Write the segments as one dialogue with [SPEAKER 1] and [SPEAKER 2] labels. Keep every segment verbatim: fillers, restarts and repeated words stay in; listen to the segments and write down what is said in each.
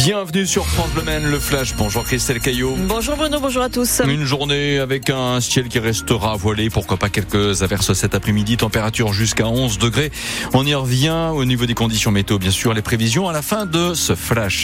[SPEAKER 1] Bienvenue sur France Bleu Maine, le Flash. Bonjour Christelle Caillot.
[SPEAKER 2] Bonjour Bruno, bonjour à tous.
[SPEAKER 1] Une journée avec un ciel qui restera voilé, pourquoi pas quelques averses cet après-midi, température jusqu'à onze degrés. On y revient au niveau des conditions météo, bien sûr, les prévisions à la fin de ce Flash.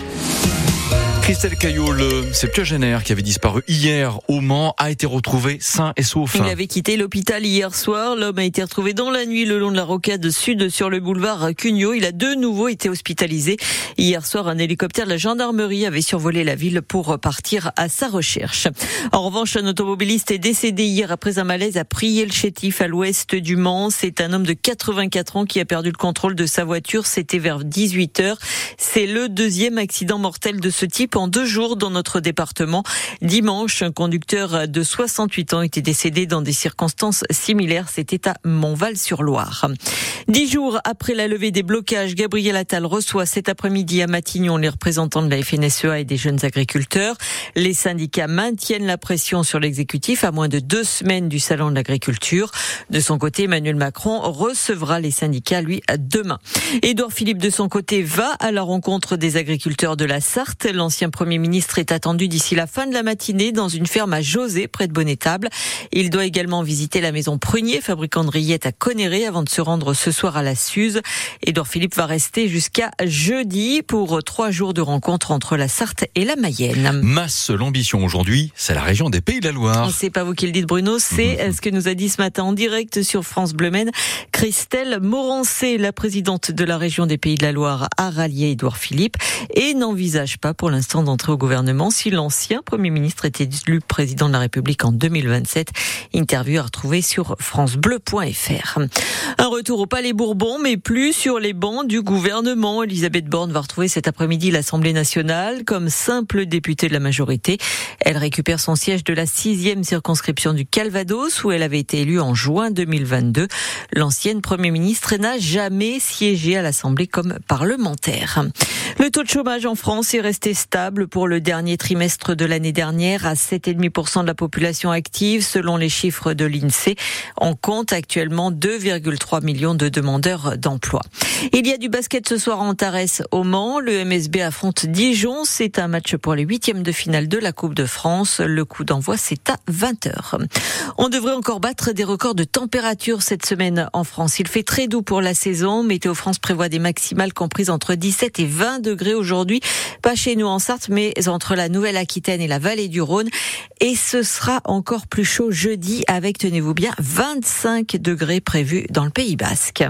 [SPEAKER 1] Christelle Caillot, le septuagénaire qui avait disparu hier au Mans, a été retrouvé sain et sauf.
[SPEAKER 2] Il avait quitté l'hôpital hier soir. L'homme a été retrouvé dans la nuit le long de la rocade sud sur le boulevard Cugnot. Il a de nouveau été hospitalisé. Hier soir, un hélicoptère de la gendarmerie avait survolé la ville pour partir à sa recherche. En revanche, un automobiliste est décédé hier après un malaise à Priel-Chétif à l'ouest du Mans. C'est un homme de quatre-vingt-quatre ans qui a perdu le contrôle de sa voiture. C'était vers dix-huit heures. C'est le deuxième accident mortel de ce type en deux jours dans notre département. Dimanche, un conducteur de soixante-huit ans était décédé dans des circonstances similaires. C'était à Montval-sur-Loire. Dix jours après la levée des blocages, Gabriel Attal reçoit cet après-midi à Matignon les représentants de la F N S E A et des jeunes agriculteurs. Les syndicats maintiennent la pression sur l'exécutif à moins de deux semaines du salon de l'agriculture. De son côté, Emmanuel Macron recevra les syndicats, lui, demain. Édouard Philippe, de son côté, va à la rencontre des agriculteurs de la Sarthe. L'ancien Premier ministre est attendu d'ici la fin de la matinée dans une ferme à José, près de Bonnétable. Il doit également visiter la maison Prunier, fabricant de rillettes à Conneré, avant de se rendre ce soir à la Suze. Édouard Philippe va rester jusqu'à jeudi pour trois jours de rencontre entre la Sarthe et la Mayenne.
[SPEAKER 1] Ma seule ambition aujourd'hui, c'est la région des Pays de la Loire.
[SPEAKER 2] C'est pas vous qui le dites, Bruno, c'est mmh. ce que nous a dit ce matin en direct sur France Bleu Maine Christelle Morancé, la présidente de la région des Pays de la Loire, a rallié Édouard Philippe et n'envisage pas pour l'instant d'entrer au gouvernement si l'ancien Premier ministre était élu président de la République en deux mille vingt-sept. Interview à retrouver sur francebleu point f r. Un retour au Palais Bourbon, mais plus sur les bancs du gouvernement. Elisabeth Borne va retrouver cet après-midi l'Assemblée nationale comme simple députée de la majorité. Elle récupère son siège de la sixième circonscription du Calvados où elle avait été élue en juin deux mille vingt-deux. L'ancienne Premier ministre n'a jamais siégé à l'Assemblée comme parlementaire. Le taux de chômage en France est resté stable pour le dernier trimestre de l'année dernière à sept virgule cinq pour cent de la population active selon les chiffres de l'INSEE. On compte actuellement deux virgule trois millions de demandeurs d'emploi. Il y a du basket ce soir en Antares au Mans. Le M S B affronte Dijon. C'est un match pour les huitièmes de finale de la Coupe de France. Le coup d'envoi, c'est à vingt heures. On devrait encore battre des records de température cette semaine en France. Il fait très doux pour la saison. Météo France prévoit des maximales comprises entre dix-sept et vingt degrés aujourd'hui. Pas chez nous en Sarthe, mais entre la Nouvelle-Aquitaine et la vallée du Rhône. Et ce sera encore plus chaud jeudi avec, tenez-vous bien, vingt-cinq degrés prévus dans le Pays Basque.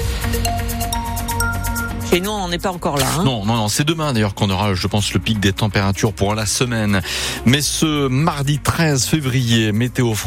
[SPEAKER 2] Et nous, on n'est pas encore là. Hein.
[SPEAKER 1] Non, non, non, c'est demain d'ailleurs qu'on aura, je pense, le pic des températures pour la semaine. Mais ce mardi treize février, Météo France